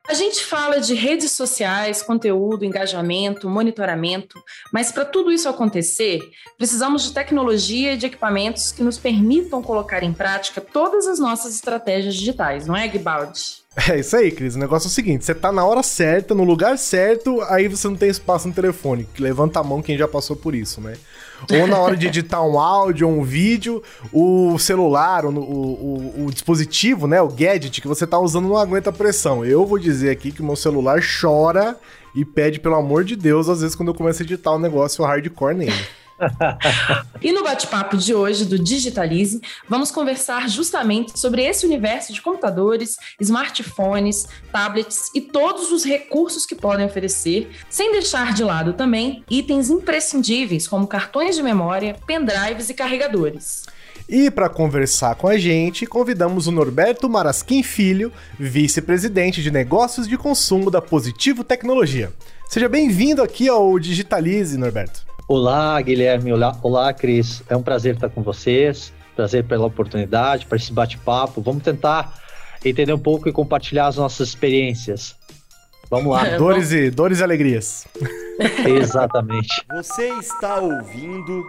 A gente fala de redes sociais, conteúdo, engajamento, monitoramento, mas para tudo isso acontecer, precisamos de tecnologia e de equipamentos que nos permitam colocar em prática todas as nossas estratégias digitais, não é, Guibaldi? É isso aí, Cris. O negócio é o seguinte, você tá na hora certa, no lugar certo, aí você não tem espaço no telefone. Levanta a mão quem já passou por isso, né? Ou na hora de editar um áudio ou um vídeo, o celular, o dispositivo, né, o gadget que você tá usando não aguenta a pressão. Eu vou dizer aqui que o meu celular chora e pede, pelo amor de Deus, às vezes quando eu começo a editar um negócio hardcore nele. E no bate-papo de hoje do Digitalize, vamos conversar justamente sobre esse universo de computadores, smartphones, tablets e todos os recursos que podem oferecer, sem deixar de lado também itens imprescindíveis como cartões de memória, pendrives e carregadores. E para conversar com a gente, convidamos o Norberto Marasquim Filho, vice-presidente de negócios de consumo da Positivo Tecnologia. Seja bem-vindo aqui ao Digitalize, Norberto. Olá, Guilherme. Olá, Cris. É um prazer estar com vocês. Prazer pela oportunidade, para esse bate-papo. Vamos tentar entender um pouco e compartilhar as nossas experiências. Vamos lá. Dores e alegrias. Exatamente. Você está ouvindo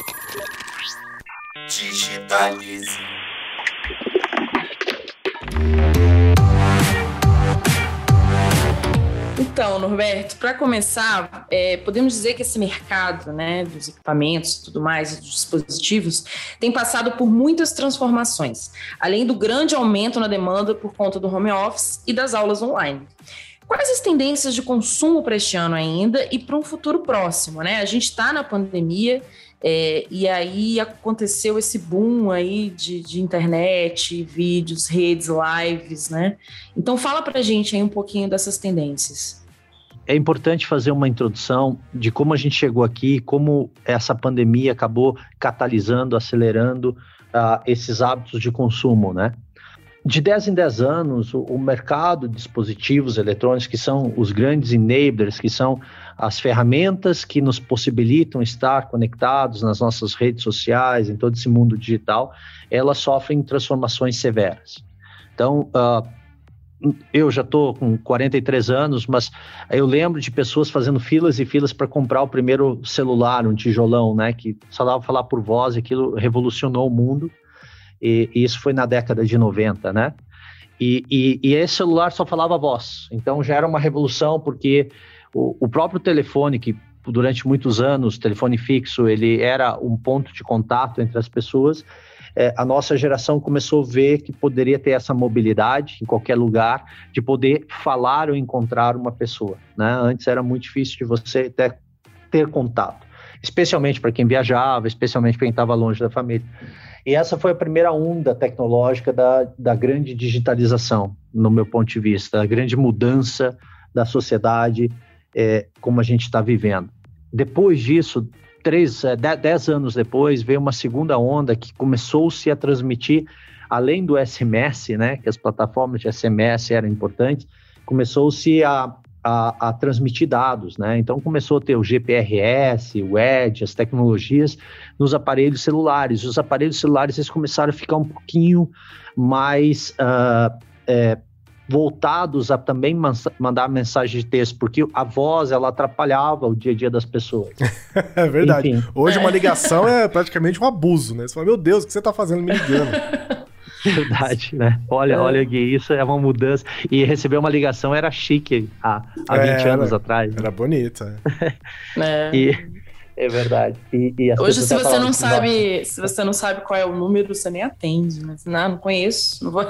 Digitalize. Então, Norberto, para começar, podemos dizer que esse mercado, né, dos equipamentos e tudo mais, dos dispositivos, tem passado por muitas transformações, além do grande aumento na demanda por conta do home office e das aulas online. Quais as tendências de consumo para este ano ainda e para um futuro próximo, né? A gente está na pandemia e aí aconteceu esse boom aí de internet, vídeos, redes, lives, né? Então fala para a gente aí um pouquinho dessas tendências. É importante fazer uma introdução de como a gente chegou aqui, como essa pandemia acabou catalisando, acelerando esses hábitos de consumo, né? De 10 em 10 anos, o mercado de dispositivos eletrônicos, que são os grandes enablers, que são as ferramentas que nos possibilitam estar conectados nas nossas redes sociais, em todo esse mundo digital, elas sofrem transformações severas. Então, eu já estou com 43 anos, mas eu lembro de pessoas fazendo filas e filas para comprar o primeiro celular, um tijolão, né, que só dava para falar por voz, e aquilo revolucionou o mundo. E isso foi na década de 90, né? E esse celular só falava voz. Então já era uma revolução, porque o próprio telefone, que durante muitos anos, telefone fixo, ele era um ponto de contato entre as pessoas, a nossa geração começou a ver que poderia ter essa mobilidade em qualquer lugar, de poder falar ou encontrar uma pessoa, né? Antes era muito difícil de você ter contato, especialmente para quem viajava, especialmente para quem estava longe da família. E essa foi a primeira onda tecnológica da grande digitalização, no meu ponto de vista, a grande mudança da sociedade como a gente está vivendo. Depois disso, 10 anos depois, veio uma segunda onda que começou-se a transmitir, além do SMS, né, que as plataformas de SMS eram importantes, começou-se a transmitir dados, né? Então começou a ter o GPRS, o Edge, as tecnologias nos aparelhos celulares. Os aparelhos celulares eles começaram a ficar um pouquinho mais voltados a também mandar mensagem de texto, porque a voz ela atrapalhava o dia a dia das pessoas. É verdade. Enfim. Hoje uma ligação é praticamente um abuso, né? Você fala, meu Deus, o que você está fazendo me ligando? Verdade, né? Olha, Gui, isso é uma mudança. E receber uma ligação era chique há 20 anos atrás. Era bonita. É verdade. Hoje, se você não sabe qual é o número, você nem atende, né? Não conheço, não vou...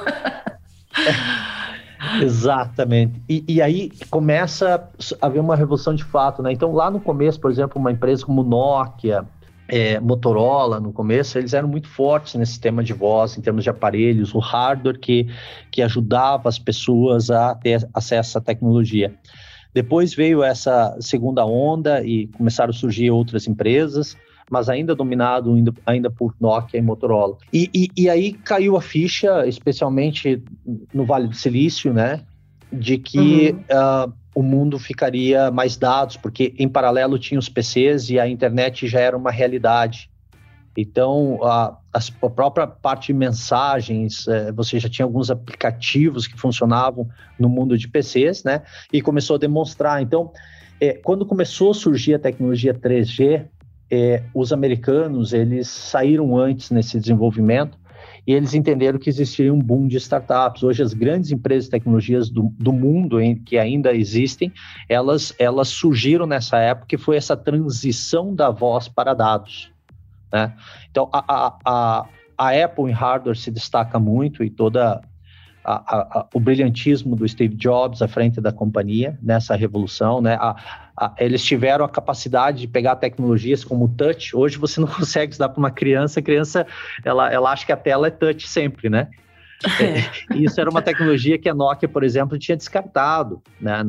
Exatamente. E aí começa a haver uma revolução de fato, né? Então, lá no começo, por exemplo, uma empresa como Nokia, Motorola, no começo, eles eram muito fortes nesse sistema de voz, em termos de aparelhos, o hardware que ajudava as pessoas a ter acesso à tecnologia. Depois veio essa segunda onda e começaram a surgir outras empresas, mas ainda dominado ainda por Nokia e Motorola. E aí caiu a ficha, especialmente no Vale do Silício, né, de que o mundo ficaria mais dados, porque em paralelo tinha os PCs e a internet já era uma realidade. Então, a própria parte de mensagens, você já tinha alguns aplicativos que funcionavam no mundo de PCs, né? E começou a demonstrar. Então, quando começou a surgir a tecnologia 3G, os americanos, eles saíram antes nesse desenvolvimento e eles entenderam que existia um boom de startups. Hoje, as grandes empresas de tecnologias do mundo, que ainda existem, elas surgiram nessa época e foi essa transição da voz para dados, né? Então, a Apple em hardware se destaca muito e toda o brilhantismo do Steve Jobs à frente da companhia nessa revolução, né? Eles tiveram a capacidade de pegar tecnologias como o touch. Hoje você não consegue dar para uma criança, a criança ela acha que a tela é touch sempre, né? Isso era uma tecnologia que a Nokia, por exemplo, tinha descartado, né,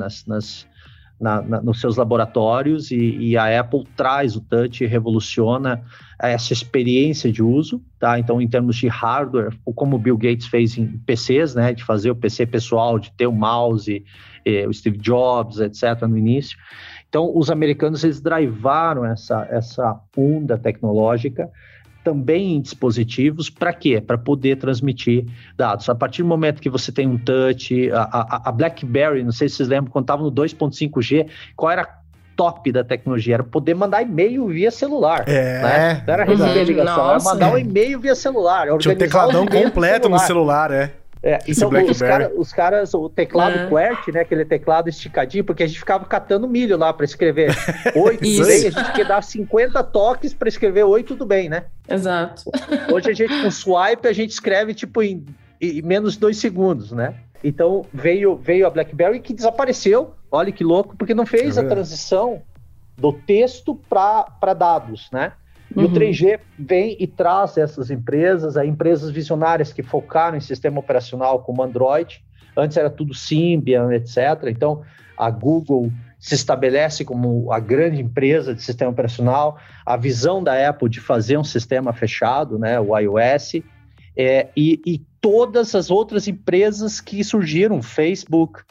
nos seus laboratórios, e a Apple traz o touch e revoluciona essa experiência de uso, tá? Então, em termos de hardware, como o Bill Gates fez em PCs, né, de fazer o PC pessoal, de ter o mouse, o Steve Jobs, etc., no início. Então, os americanos, eles drivaram essa onda tecnológica também em dispositivos, para quê? Para poder transmitir dados. A partir do momento que você tem um touch, a BlackBerry, não sei se vocês lembram, quando estava no 2.5G, qual era a top da tecnologia? Era poder mandar e-mail via celular. Né? Não era receber ligação, era mandar um e-mail via celular. Tinha um tecladão completo no celular, então os caras, o teclado QWERTY, né, aquele teclado esticadinho, porque a gente ficava catando milho lá para escrever. Oi, tudo bem? A gente quer dar 50 toques para escrever oi, tudo bem, né? Exato. Hoje a gente, com swipe, a gente escreve tipo em menos de 2 segundos, né? Então veio a BlackBerry, que desapareceu, olha que louco, porque não fez a transição do texto para dados, né? E o 3G vem e traz essas empresas, empresas visionárias que focaram em sistema operacional como Android. Antes era tudo Symbian, etc. Então, a Google se estabelece como a grande empresa de sistema operacional. A visão da Apple de fazer um sistema fechado, né, o iOS. E todas as outras empresas que surgiram, Facebook,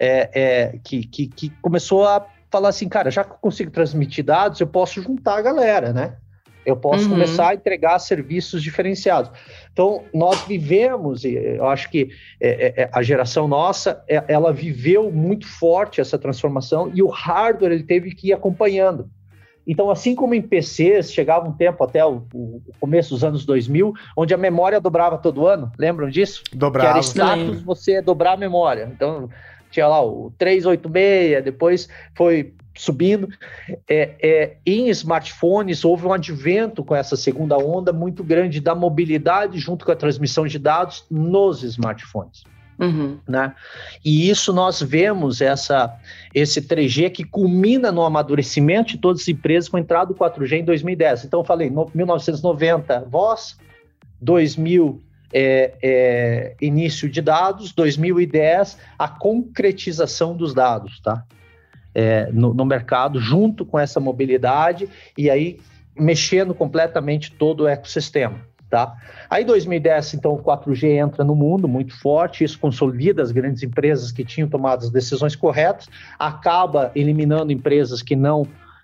que começou a falar assim, cara, já que eu consigo transmitir dados, eu posso juntar a galera, né? Eu posso começar a entregar serviços diferenciados. Então, nós vivemos, e eu acho que a geração nossa, ela viveu muito forte essa transformação, e o hardware ele teve que ir acompanhando. Então, assim como em PCs, chegava um tempo até o começo dos anos 2000, onde a memória dobrava todo ano, lembram disso? Dobrava. Que era status você dobrar a memória. Então, tinha lá o 386, depois foi subindo. Em smartphones, houve um advento com essa segunda onda muito grande da mobilidade junto com a transmissão de dados nos smartphones. Né? E isso nós vemos esse 3G que culmina no amadurecimento de todas as empresas com a entrada do 4G em 2010. Então eu falei, 1990 voz, 2000 início de dados, 2010 a concretização dos dados, tá? No mercado, junto com essa mobilidade, e aí mexendo completamente todo o ecossistema, tá? Aí em 2010, então, o 4G entra no mundo muito forte, isso consolida as grandes empresas que tinham tomado as decisões corretas, acaba eliminando empresas que não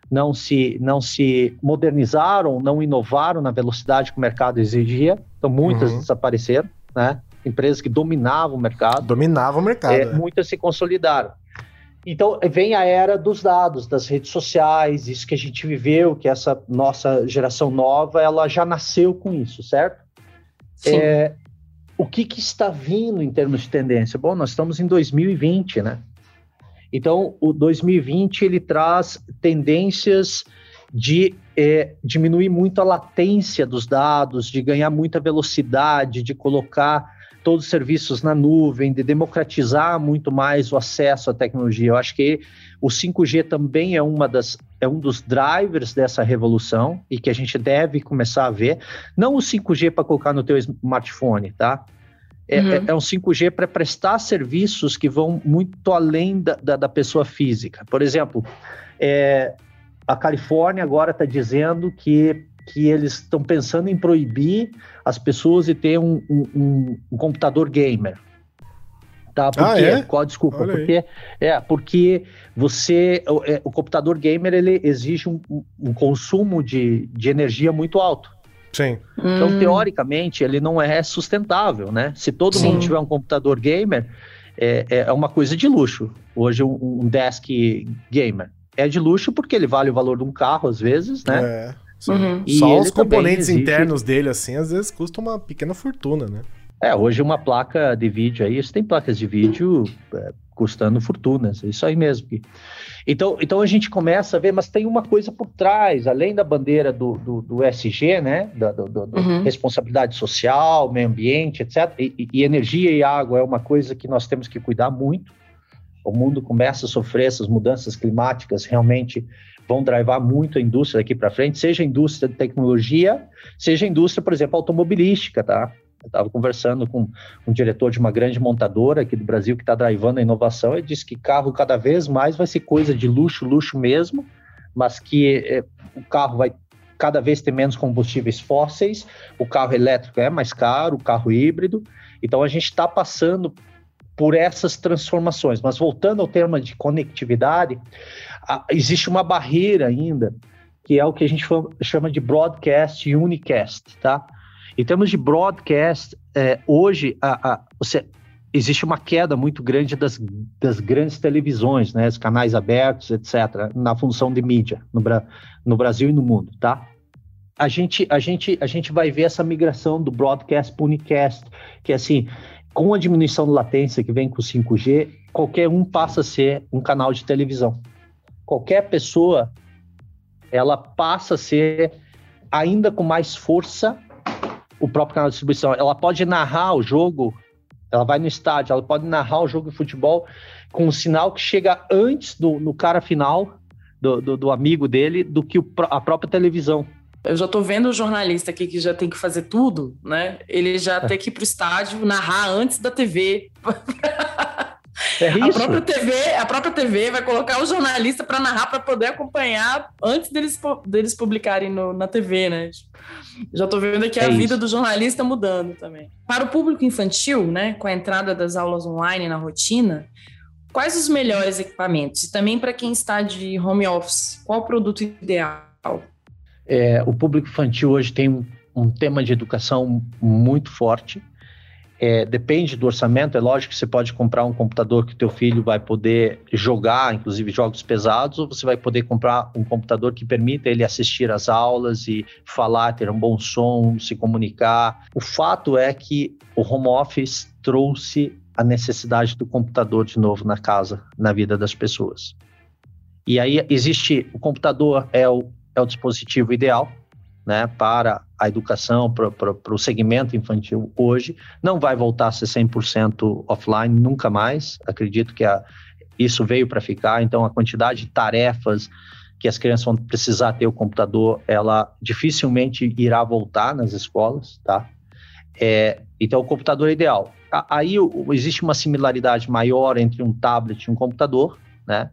se modernizaram, não inovaram na velocidade que o mercado exigia, então muitas desapareceram, né? Empresas que dominavam o mercado. Muitas se consolidaram. Então, vem a era dos dados, das redes sociais, isso que a gente viveu, que essa nossa geração nova, ela já nasceu com isso, certo? Sim. O que está vindo em termos de tendência? Bom, nós estamos em 2020, né? Então, o 2020, ele traz tendências de diminuir muito a latência dos dados, de ganhar muita velocidade, de colocar todos os serviços na nuvem, de democratizar muito mais o acesso à tecnologia. Eu acho que o 5G também é um dos drivers dessa revolução e que a gente deve começar a ver. Não o 5G para colocar no teu smartphone, tá? É um 5G para prestar serviços que vão muito além da pessoa física. Por exemplo, a Califórnia agora está dizendo que eles estão pensando em proibir as pessoas de ter um computador gamer. Tá? Por quê? Qual a desculpa? Porque o computador gamer ele exige um consumo de energia muito alto. Sim. Então, teoricamente, ele não é sustentável, né? Se todo mundo tiver um computador gamer, é uma coisa de luxo. Hoje, um desk gamer é de luxo porque ele vale o valor de um carro, às vezes, né? E só os componentes internos dele, assim, às vezes custa uma pequena fortuna, né? Hoje uma placa de vídeo aí, você tem placas de vídeo custando fortunas, é isso aí mesmo. Então a gente começa a ver, mas tem uma coisa por trás, além da bandeira do SG, né, responsabilidade social, meio ambiente, etc. E energia e água é uma coisa que nós temos que cuidar muito. O mundo começa a sofrer essas mudanças climáticas, realmente vão drivar muito a indústria daqui para frente, seja a indústria de tecnologia, seja a indústria, por exemplo, automobilística, tá? Eu estava conversando com um diretor de uma grande montadora aqui do Brasil que está drivando a inovação e disse que carro cada vez mais vai ser coisa de luxo, luxo mesmo, mas que o carro vai cada vez ter menos combustíveis fósseis, o carro elétrico é mais caro, o carro híbrido. Então a gente está passando por essas transformações. Mas voltando ao tema de conectividade, existe uma barreira ainda, que é o que a gente chama de broadcast e unicast, tá? Em termos de broadcast, hoje existe uma queda muito grande das grandes televisões, né, os canais abertos, etc., na função de mídia no Brasil e no mundo, tá? A gente vai ver essa migração do broadcast para o unicast, que é assim, com a diminuição de latência que vem com o 5G, qualquer um passa a ser um canal de televisão. Qualquer pessoa, ela passa a ser, ainda com mais força, o próprio canal de distribuição. Ela pode narrar o jogo, ela vai no estádio, ela pode narrar o jogo de futebol com um sinal que chega antes no cara final, do amigo dele, do que a própria televisão. Eu já tô vendo o jornalista aqui que já tem que fazer tudo, né? Ele já tem que ir pro estádio, narrar antes da TV. É isso. A própria TV vai colocar o jornalista para narrar, para poder acompanhar antes deles publicarem na TV, né? Já tô vendo aqui a vida do jornalista mudando também. Para o público infantil, né, com a entrada das aulas online na rotina, quais os melhores equipamentos? E também para quem está de home office, qual o produto ideal? O público infantil hoje tem um tema de educação muito forte. Depende do orçamento, é lógico que você pode comprar um computador que o teu filho vai poder jogar, inclusive jogos pesados, ou você vai poder comprar um computador que permita ele assistir às aulas e falar, ter um bom som, se comunicar. O fato é que o home office trouxe a necessidade do computador de novo na casa, na vida das pessoas. E aí o computador é o dispositivo ideal, né, para a educação, para o segmento infantil hoje. Não vai voltar a ser 100% offline, nunca mais. Acredito que isso veio para ficar. Então, a quantidade de tarefas que as crianças vão precisar ter o computador, ela dificilmente irá voltar nas escolas, tá? Então, o computador é ideal. Aí existe uma similaridade maior entre um tablet e um computador, né?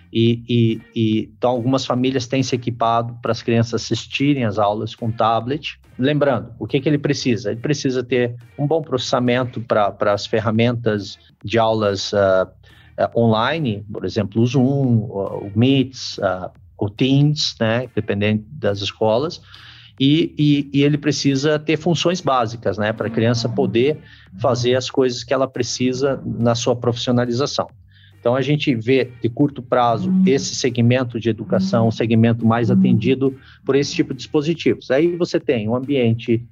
Então, algumas famílias têm se equipado para as crianças assistirem às aulas com tablet. Lembrando, o que ele precisa? Ele precisa ter um bom processamento para as ferramentas de aulas online, por exemplo, o Zoom, o Meets, o Teams, né, dependendo das escolas, e ele precisa ter funções básicas, né, para a criança poder fazer as coisas que ela precisa na sua profissionalização. Então, a gente vê, de curto prazo, esse segmento de educação, um segmento mais atendido por esse tipo de dispositivos. Aí você tem um ambiente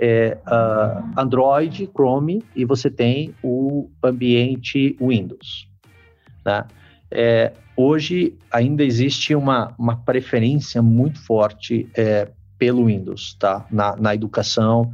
Android, Chrome, e você tem o ambiente Windows, né? Hoje, ainda existe uma preferência muito forte pelo Windows, tá? Na educação.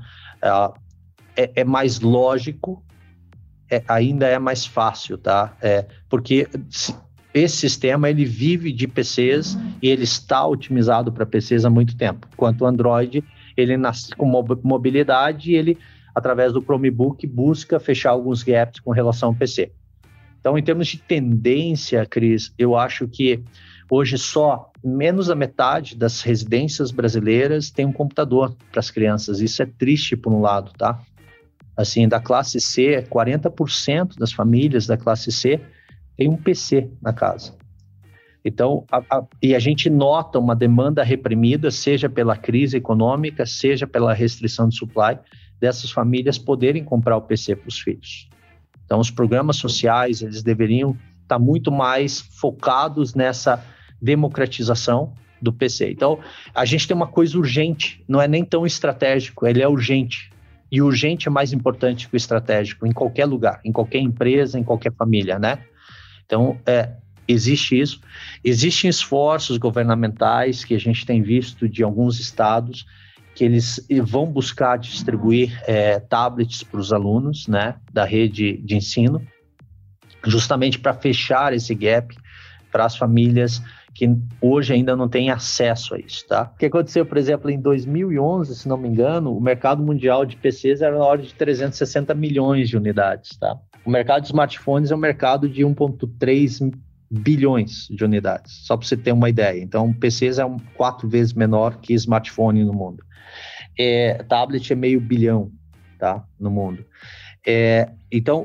É mais lógico, ainda é mais fácil, tá? Porque esse sistema, ele vive de PCs e ele está otimizado para PCs há muito tempo. Enquanto o Android, ele nasce com mobilidade e ele, através do Chromebook, busca fechar alguns gaps com relação ao PC. Então, em termos de tendência, Cris, eu acho que hoje só menos da metade das residências brasileiras tem um computador para as crianças. Isso é triste por um lado, tá? Assim, da classe C, 40% das famílias da classe C tem um PC na casa. Então, e a gente nota uma demanda reprimida, seja pela crise econômica, seja pela restrição de supply, dessas famílias poderem comprar o PC para os filhos. Então, os programas sociais, eles deveriam estar muito mais focados nessa democratização do PC. Então, a gente tem uma coisa urgente, não é nem tão estratégico, ele é urgente. E urgente é mais importante que o estratégico, em qualquer lugar, em qualquer empresa, em qualquer família, né? Então, existe isso. Existem esforços governamentais que a gente tem visto de alguns estados que eles vão buscar distribuir tablets para os alunos, né, da rede de ensino, justamente para fechar esse gap para as famílias que hoje ainda não têm acesso a isso, tá? O que aconteceu, por exemplo, em 2011, se não me engano, o mercado mundial de PCs era na ordem de 360 milhões de unidades, tá? O mercado de smartphones é um mercado de 1,3 bilhões de unidades, só para você ter uma ideia. Então, PCs é 4 vezes menor que smartphone no mundo. Tablet é 500 milhão, tá? No mundo. Então,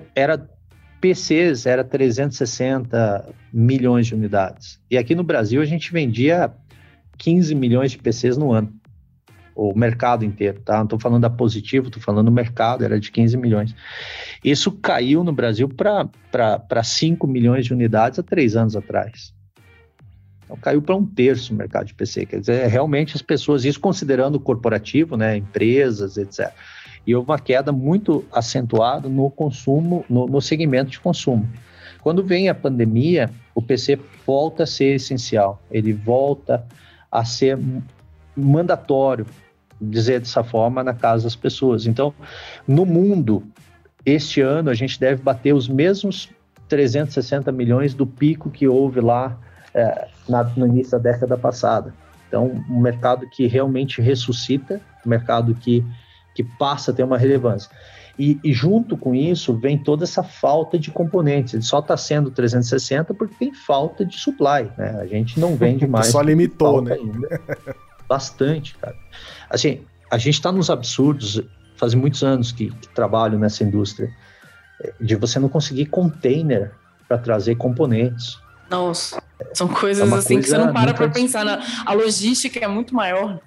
PCs era 360 milhões de unidades. E aqui no Brasil a gente vendia 15 milhões de PCs no ano. O mercado inteiro, tá? Não estou falando da Positivo, estou falando do mercado, era de 15 milhões. Isso caiu no Brasil para 5 milhões de unidades há 3 anos atrás. Então caiu para 1/3 o mercado de PC. Quer dizer, realmente as pessoas, isso considerando o corporativo, né, empresas, etc. E houve uma queda muito acentuada no consumo, no segmento de consumo. Quando vem a pandemia, o PC volta a ser essencial, ele volta a ser mandatório, dizer dessa forma, na casa das pessoas. Então, no mundo, este ano a gente deve bater os mesmos 360 milhões do pico que houve lá no início da década passada. Então, um mercado que realmente ressuscita, um mercado que passa a ter uma relevância. E junto com isso vem toda essa falta de componentes. Ele só está sendo 360 porque tem falta de supply, né? A gente não vende mais. Só limitou, né? Ainda. Bastante, cara. Assim, a gente está nos absurdos, faz muitos anos que trabalho nessa indústria, de você não conseguir container para trazer componentes. Nossa, são coisas assim que você não para pensar. A logística é muito maior.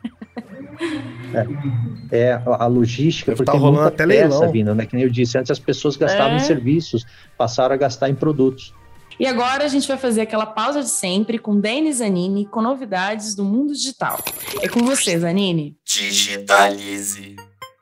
A logística, porque tá tem rolando muita até peça leilão vindo, né? Que nem eu disse, antes as pessoas gastavam em serviços, passaram a gastar em produtos. E agora a gente vai fazer aquela pausa de sempre com Denis Zanini, com novidades do mundo digital. É com você, Zanini. Digitalize.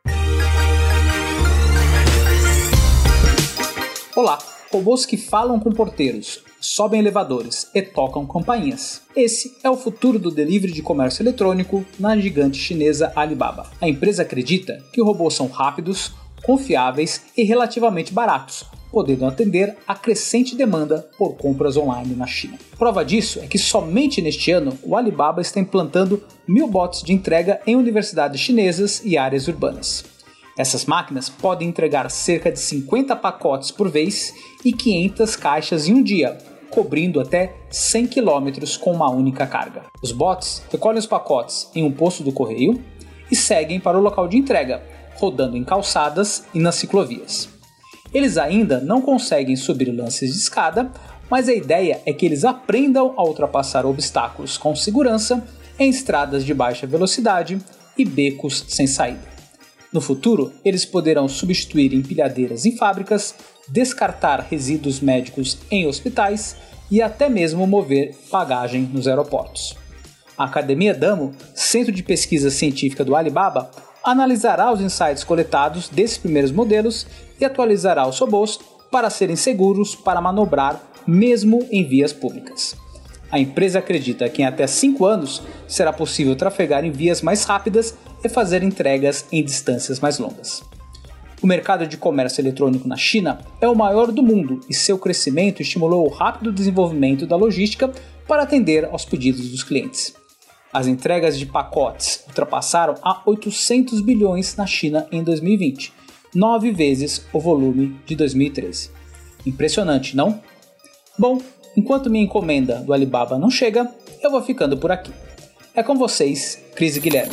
Olá, robôs que falam com porteiros, sobem elevadores e tocam campainhas. Esse é o futuro do delivery de comércio eletrônico na gigante chinesa Alibaba. A empresa acredita que os robôs são rápidos, confiáveis e relativamente baratos, podendo atender a crescente demanda por compras online na China. Prova disso é que somente neste ano o Alibaba está implantando 1000 bots de entrega em universidades chinesas e áreas urbanas. Essas máquinas podem entregar cerca de 50 pacotes por vez e 500 caixas em um dia, cobrindo até 100 km com uma única carga. Os bots recolhem os pacotes em um posto do correio e seguem para o local de entrega, rodando em calçadas e nas ciclovias. Eles ainda não conseguem subir lances de escada, mas a ideia é que eles aprendam a ultrapassar obstáculos com segurança em estradas de baixa velocidade e becos sem saída. No futuro, eles poderão substituir empilhadeiras em fábricas, descartar resíduos médicos em hospitais e até mesmo mover bagagem nos aeroportos. A Academia Damo, centro de pesquisa científica do Alibaba, analisará os insights coletados desses primeiros modelos e atualizará os robôs para serem seguros para manobrar mesmo em vias públicas. A empresa acredita que em até 5 anos será possível trafegar em vias mais rápidas e fazer entregas em distâncias mais longas. O mercado de comércio eletrônico na China é o maior do mundo e seu crescimento estimulou o rápido desenvolvimento da logística para atender aos pedidos dos clientes. As entregas de pacotes ultrapassaram a 800 bilhões na China em 2020, 9 vezes o volume de 2013. Impressionante, não? Bom, enquanto minha encomenda do Alibaba não chega, eu vou ficando por aqui. É com vocês, Cris e Guilherme.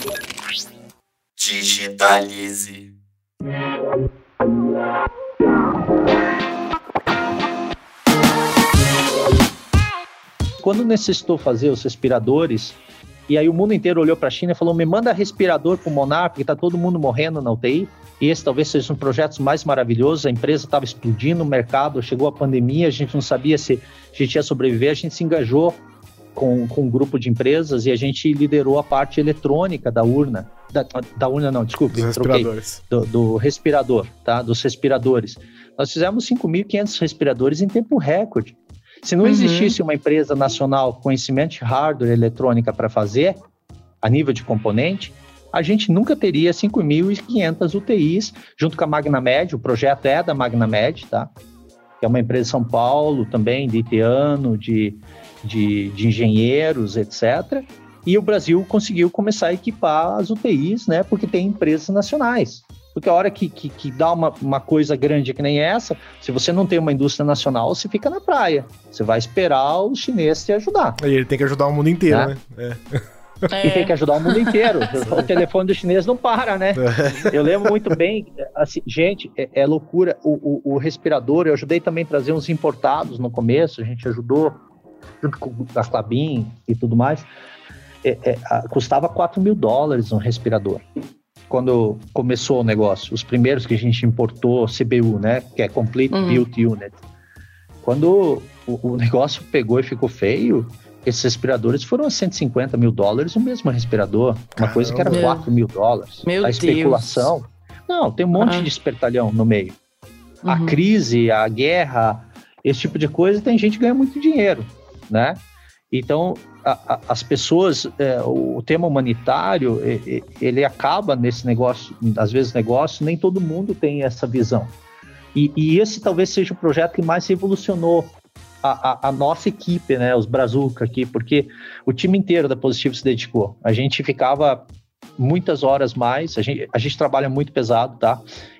Digitalize. quando necessitou fazer os respiradores, e aí o mundo inteiro olhou para a China e falou, me manda respirador pulmonar, porque está todo mundo morrendo na UTI, e esse talvez seja um dos projetos mais maravilhosos, a empresa estava explodindo o mercado, chegou a pandemia, a gente não sabia se a gente ia sobreviver, a gente se engajou com um grupo de empresas e a gente liderou a parte eletrônica da urna, da urna não, desculpe, do respirador, tá? Dos respiradores. Nós fizemos 5.500 respiradores em tempo recorde. Se não existisse uma empresa nacional com conhecimento de hardware e eletrônica para fazer, a nível de componente, a gente nunca teria 5.500 UTIs, junto com a Magnamed, o projeto é da Magnamed, tá? Que é uma empresa de São Paulo também, de haitiano, de engenheiros, etc. E o Brasil conseguiu começar a equipar as UTIs, né? Porque tem empresas nacionais. Porque a hora que dá uma coisa grande que nem essa, se você não tem uma indústria nacional, você fica na praia. Você vai esperar o chinês te ajudar. E ele tem que ajudar o mundo inteiro, né? E tem que ajudar o mundo inteiro. O telefone do chinês não para, né? Eu lembro muito bem, assim, gente, é loucura. O respirador, eu ajudei também a trazer uns importados no começo, a gente ajudou, junto com a Clabin e tudo mais. Custava $4.000 um respirador. Quando começou o negócio, os primeiros que a gente importou, CBU, né, que é Complete Built Unit. Quando o negócio pegou e ficou feio, esses respiradores foram a $150 mil o mesmo respirador, uma coisa que era $4.000. Meu a especulação. Deus. Não, tem um monte de espertalhão no meio. A crise, a guerra, esse tipo de coisa, tem gente que ganha muito dinheiro, né? Então, as pessoas, o tema humanitário, ele acaba nesse negócio, às vezes negócio, nem todo mundo tem essa visão. E esse talvez seja o projeto que mais revolucionou a nossa equipe, né, os Brazuca aqui, porque o time inteiro da Positivo se dedicou. A gente ficava muitas horas mais, a gente trabalha muito pesado, tá?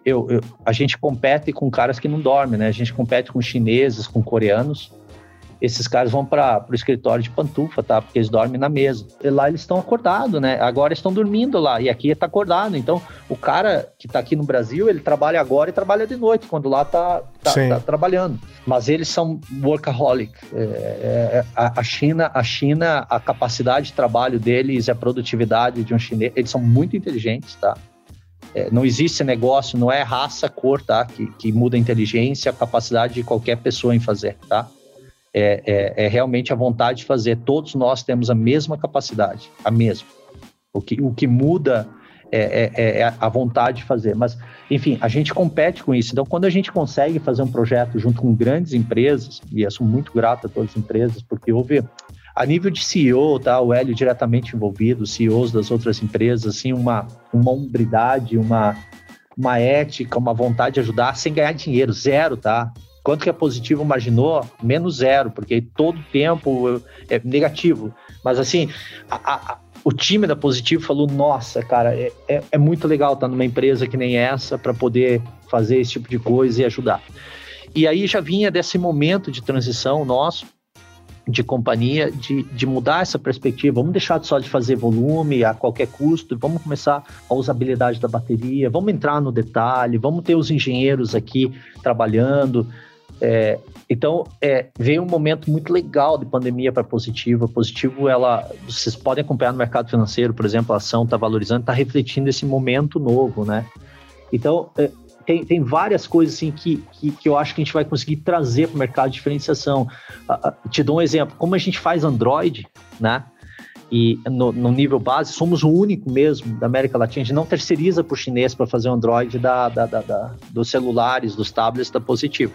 A gente compete com caras que não dormem, né? A gente compete com chineses, com coreanos. Esses caras vão para o escritório de pantufa, tá? Porque eles dormem na mesa. E lá eles estão acordados, né? Agora estão dormindo lá, e aqui está acordado. Então, o cara que está aqui no Brasil, ele trabalha agora e trabalha de noite, quando lá tá trabalhando. Mas eles são workaholic. A China, a capacidade de trabalho deles e a produtividade de um chinês, eles são muito inteligentes, tá? Não existe negócio, não é raça, cor, tá? Que muda a inteligência, a capacidade de qualquer pessoa em fazer, tá? É realmente a vontade de fazer. Todos nós temos a mesma capacidade, a mesma. O que muda é a vontade de fazer. Mas, enfim, a gente compete com isso. Então, quando a gente consegue fazer um projeto junto com grandes empresas, e eu sou muito grato a todas as empresas, porque houve, a nível de CEO, tá, o Hélio diretamente envolvido, CEOs das outras empresas, assim, uma hombridade, uma ética, uma vontade de ajudar sem ganhar dinheiro, zero, tá? Quanto que a Positivo imaginou? Menos zero, porque todo tempo é negativo. Mas assim, o time da Positivo falou, nossa, cara, é muito legal estar numa empresa que nem essa para poder fazer esse tipo de coisa e ajudar. E aí já vinha desse momento de transição nosso, de companhia, de mudar essa perspectiva. Vamos deixar só de fazer volume a qualquer custo, vamos começar a usabilidade da bateria, vamos entrar no detalhe, vamos ter os engenheiros aqui trabalhando. Então, veio um momento muito legal de pandemia para a Positivo. A Positivo, vocês podem acompanhar no mercado financeiro, por exemplo, a ação está valorizando, está refletindo esse momento novo, né? Então, tem várias coisas assim que eu acho que a gente vai conseguir trazer para o mercado de diferenciação. Te dou um exemplo, como a gente faz Android, né? E no nível base, somos o único mesmo da América Latina, a gente não terceiriza para o chinês para fazer o Android dos celulares, dos tablets da Positivo.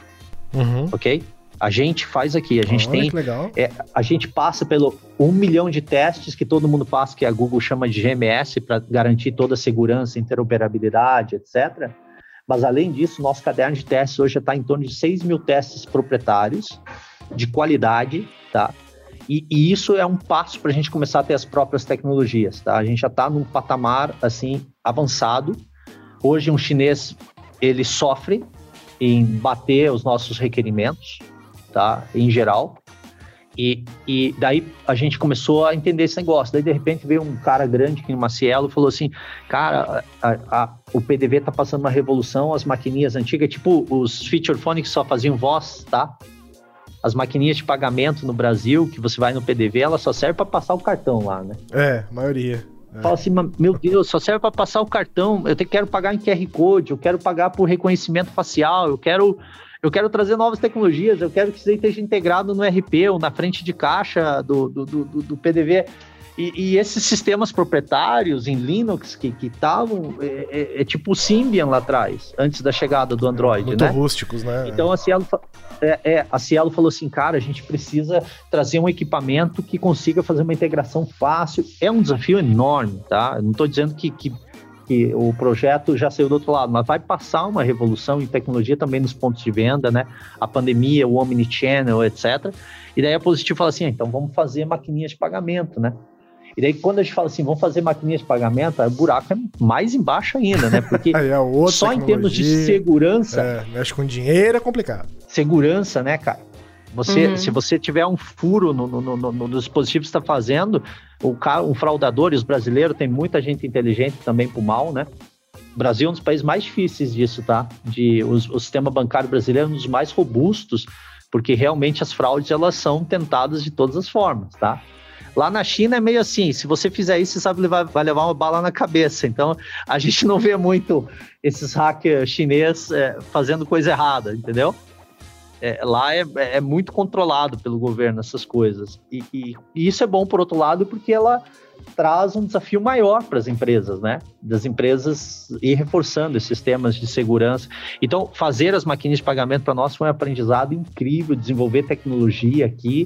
Ok? A gente faz aqui, a gente tem... Legal. A gente passa pelo 1 milhão de testes que todo mundo passa, que a Google chama de GMS, para garantir toda a segurança, interoperabilidade, etc. Mas além disso, nosso caderno de testes hoje já está em torno de 6 mil testes proprietários de qualidade, tá? E isso é um passo para a gente começar a ter as próprias tecnologias, tá? A gente já está num patamar, assim, avançado. Hoje um chinês, ele sofre em bater os nossos requerimentos, tá? Em geral. E daí a gente começou a entender esse negócio. Daí, de repente, veio um cara grande aqui no Macielo e falou assim, cara, o PDV tá passando uma revolução, as maquininhas antigas, tipo os feature phone que só faziam voz, tá? as maquininhas de pagamento no Brasil, que você vai no PDV, ela só serve para passar o cartão lá, né? A maioria. Fala assim, meu Deus, só serve para passar o cartão, quero pagar em QR Code, eu quero pagar por reconhecimento facial, eu quero trazer novas tecnologias, eu quero que isso aí esteja integrado no RP ou na frente de caixa do PDV. E esses sistemas proprietários em Linux que estavam, tipo o Symbian lá atrás, antes da chegada do Android, muito né? rústicos, né? Então a Cielo falou assim, cara, a gente precisa trazer um equipamento que consiga fazer uma integração fácil. É um desafio enorme, tá? Eu não estou dizendo que o projeto já saiu do outro lado, mas vai passar uma revolução em tecnologia também nos pontos de venda, né? A pandemia, o omnichannel, etc. E daí a Positivo fala assim, então vamos fazer maquininhas de pagamento, né? E daí quando a gente fala assim, vamos fazer maquininhas de pagamento, aí o buraco é mais embaixo ainda, né? Porque só em termos de segurança... mexe com dinheiro é complicado. Segurança, né, cara? Se você tiver um furo no dispositivo que você está fazendo, um fraudador, e os brasileiros, tem muita gente inteligente também pro mal, né? O Brasil é um dos países mais difíceis disso, tá? O sistema bancário brasileiro é um dos mais robustos, porque realmente as fraudes, elas são tentadas de todas as formas, tá? Lá na China é meio assim, se você fizer isso, você sabe vai levar uma bala na cabeça. Então, a gente não vê muito esses hackers chineses fazendo coisa errada, entendeu? Lá é muito controlado pelo governo essas coisas. E isso é bom, por outro lado, porque ela traz um desafio maior para as empresas, né? Das empresas ir reforçando esses sistemas de segurança. Então, fazer as maquininhas de pagamento para nós foi um aprendizado incrível, desenvolver tecnologia aqui.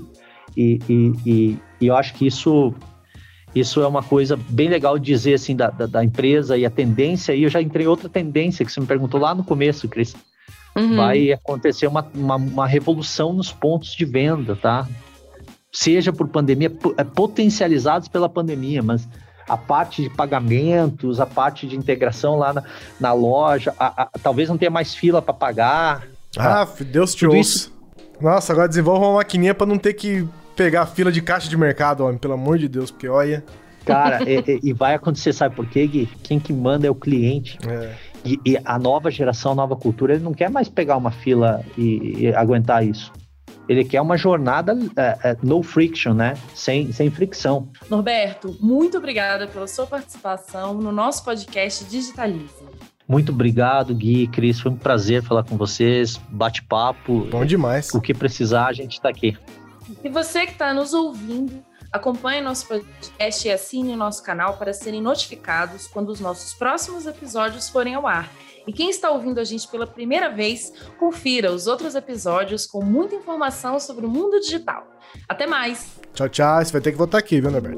E eu acho que isso é uma coisa bem legal de dizer assim da empresa e a tendência. E eu já entrei em outra tendência que você me perguntou lá no começo, Cris. Vai acontecer uma revolução nos pontos de venda, tá? Seja por pandemia, potencializados pela pandemia, mas a parte de pagamentos, a parte de integração lá na loja, talvez não tenha mais fila para pagar. Deus te ouça. Nossa, agora desenvolva uma maquininha para não ter que pegar a fila de caixa de mercado, homem, pelo amor de Deus, porque olha... Cara, e vai acontecer, sabe por quê, Gui? Quem que manda é o cliente. E a nova geração, a nova cultura, ele não quer mais pegar uma fila e aguentar isso. Ele quer uma jornada no friction, né? Sem fricção. Norberto, muito obrigada pela sua participação no nosso podcast Digitalize. Muito obrigado, Gui, Cris, foi um prazer falar com vocês, bate-papo. Bom demais. O que precisar, a gente está aqui. E você que está nos ouvindo, acompanhe nosso podcast e assine o nosso canal para serem notificados quando os nossos próximos episódios forem ao ar. E quem está ouvindo a gente pela primeira vez, confira os outros episódios com muita informação sobre o mundo digital. Até mais! Tchau, tchau. Você vai ter que voltar aqui, viu, Norberto?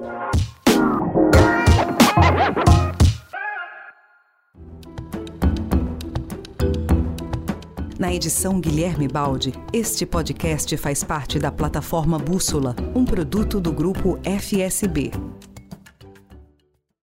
Na edição Guilherme Baldi, este podcast faz parte da plataforma Bússola, um produto do grupo FSB.